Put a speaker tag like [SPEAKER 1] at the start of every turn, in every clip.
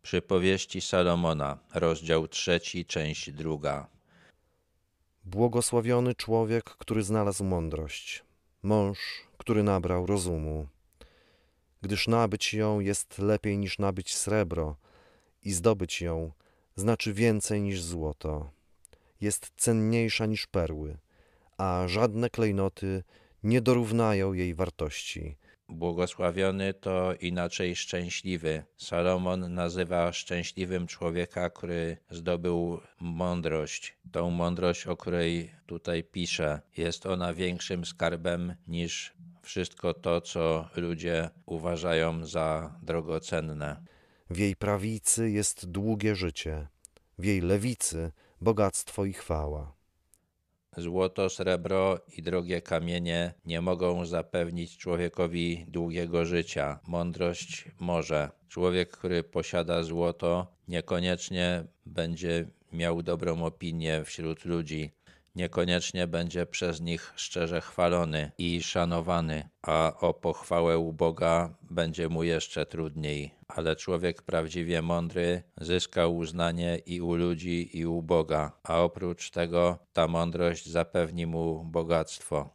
[SPEAKER 1] Przypowieści Salomona, rozdział 3, część 2.
[SPEAKER 2] Błogosławiony człowiek, który znalazł mądrość, mąż, który nabrał rozumu. Gdyż nabyć ją jest lepiej niż nabyć srebro i zdobyć ją znaczy więcej niż złoto. Jest cenniejsza niż perły, a żadne klejnoty nie dorównają jej wartości.
[SPEAKER 1] Błogosławiony to inaczej szczęśliwy. Salomon nazywa szczęśliwym człowieka, który zdobył mądrość. Tą mądrość, o której tutaj pisze, jest ona większym skarbem niż wszystko to, co ludzie uważają za drogocenne.
[SPEAKER 2] W jej prawicy jest długie życie, w jej lewicy bogactwo i chwała.
[SPEAKER 1] Złoto, srebro i drogie kamienie nie mogą zapewnić człowiekowi długiego życia. Mądrość może. Człowiek, który posiada złoto, niekoniecznie będzie miał dobrą opinię wśród ludzi. Niekoniecznie będzie przez nich szczerze chwalony i szanowany, a o pochwałę u Boga będzie mu jeszcze trudniej. Ale człowiek prawdziwie mądry zyska uznanie i u ludzi, i u Boga, a oprócz tego ta mądrość zapewni mu bogactwo.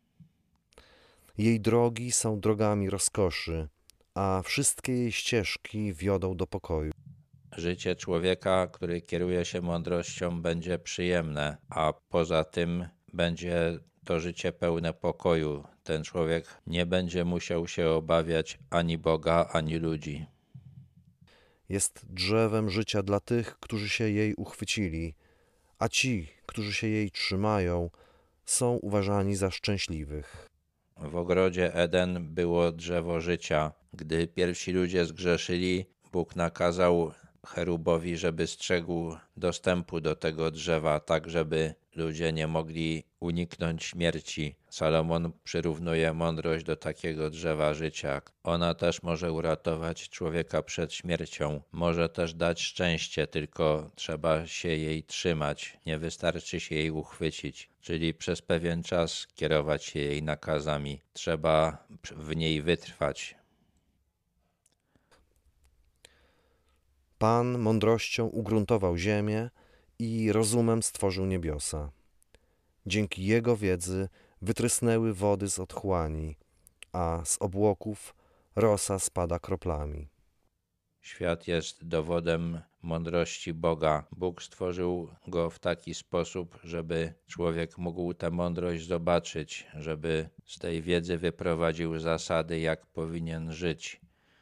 [SPEAKER 2] Jej drogi są drogami rozkoszy, a wszystkie jej ścieżki wiodą do pokoju.
[SPEAKER 1] Życie człowieka, który kieruje się mądrością, będzie przyjemne, a poza tym będzie to życie pełne pokoju. Ten człowiek nie będzie musiał się obawiać ani Boga, ani ludzi.
[SPEAKER 2] Jest drzewem życia dla tych, którzy się jej uchwycili, a ci, którzy się jej trzymają, są uważani za szczęśliwych.
[SPEAKER 1] W ogrodzie Eden było drzewo życia. Gdy pierwsi ludzie zgrzeszyli, Bóg nakazał cherubowi, żeby strzegł dostępu do tego drzewa, tak żeby ludzie nie mogli uniknąć śmierci. Salomon przyrównuje mądrość do takiego drzewa życia. Ona też może uratować człowieka przed śmiercią. Może też dać szczęście, tylko trzeba się jej trzymać. Nie wystarczy się jej uchwycić, czyli przez pewien czas kierować się jej nakazami. Trzeba w niej wytrwać.
[SPEAKER 2] Pan mądrością ugruntował ziemię i rozumem stworzył niebiosa. Dzięki jego wiedzy wytrysnęły wody z otchłani, a z obłoków rosa spada kroplami.
[SPEAKER 1] Świat jest dowodem mądrości Boga. Bóg stworzył go w taki sposób, żeby człowiek mógł tę mądrość zobaczyć, żeby z tej wiedzy wyprowadził zasady, jak powinien żyć.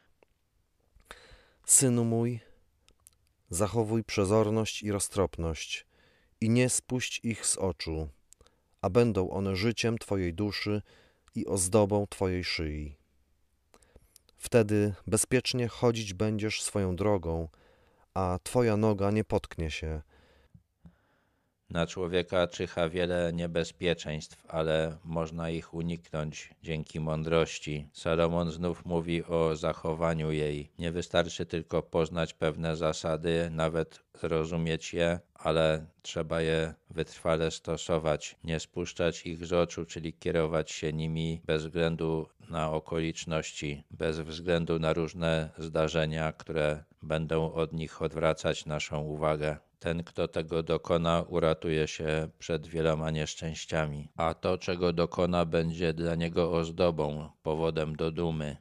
[SPEAKER 2] Synu mój, zachowuj przezorność i roztropność i nie spuść ich z oczu, a będą one życiem twojej duszy i ozdobą twojej szyi. Wtedy bezpiecznie chodzić będziesz swoją drogą, a twoja noga nie potknie się.
[SPEAKER 1] Na człowieka czyha wiele niebezpieczeństw, ale można ich uniknąć dzięki mądrości. Salomon znów mówi o zachowaniu jej. Nie wystarczy tylko poznać pewne zasady, nawet zrozumieć je, ale trzeba je wytrwale stosować. Nie spuszczać ich z oczu, czyli kierować się nimi bez względu na okoliczności, bez względu na różne zdarzenia, które będą od nich odwracać naszą uwagę. Ten, kto tego dokona, uratuje się przed wieloma nieszczęściami, a to, czego dokona, będzie dla niego ozdobą, powodem do dumy.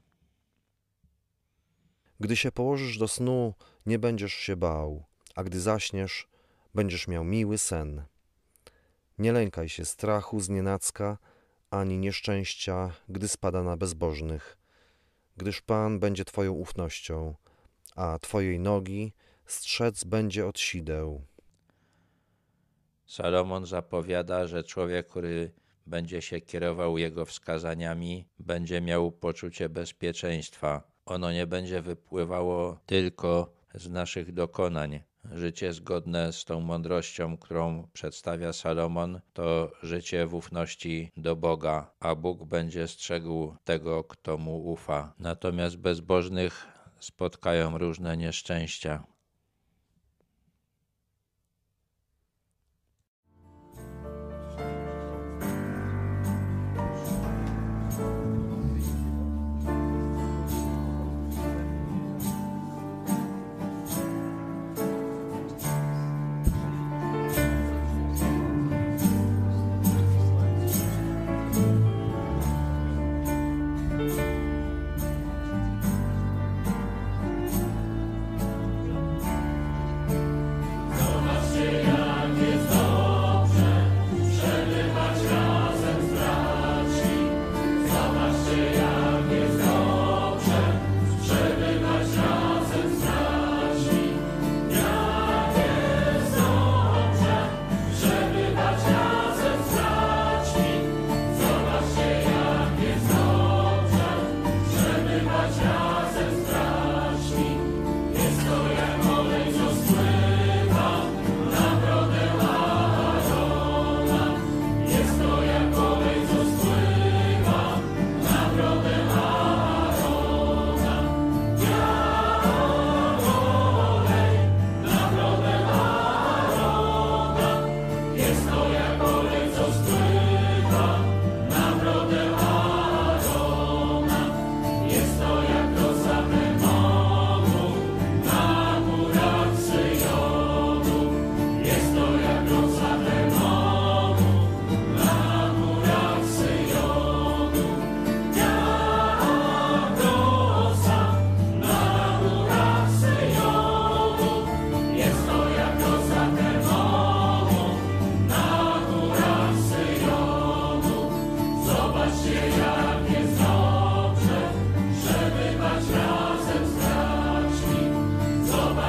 [SPEAKER 2] Gdy się położysz do snu, nie będziesz się bał, a gdy zaśniesz, będziesz miał miły sen. Nie lękaj się strachu znienacka, ani nieszczęścia, gdy spada na bezbożnych, gdyż Pan będzie twoją ufnością, a twojej nogi strzec będzie od sideł.
[SPEAKER 1] Salomon zapowiada, że człowiek, który będzie się kierował jego wskazaniami, będzie miał poczucie bezpieczeństwa. Ono nie będzie wypływało tylko z naszych dokonań. Życie zgodne z tą mądrością, którą przedstawia Salomon, to życie w ufności do Boga, a Bóg będzie strzegł tego, kto mu ufa. Natomiast bezbożnych spotkają różne nieszczęścia.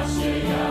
[SPEAKER 3] się jak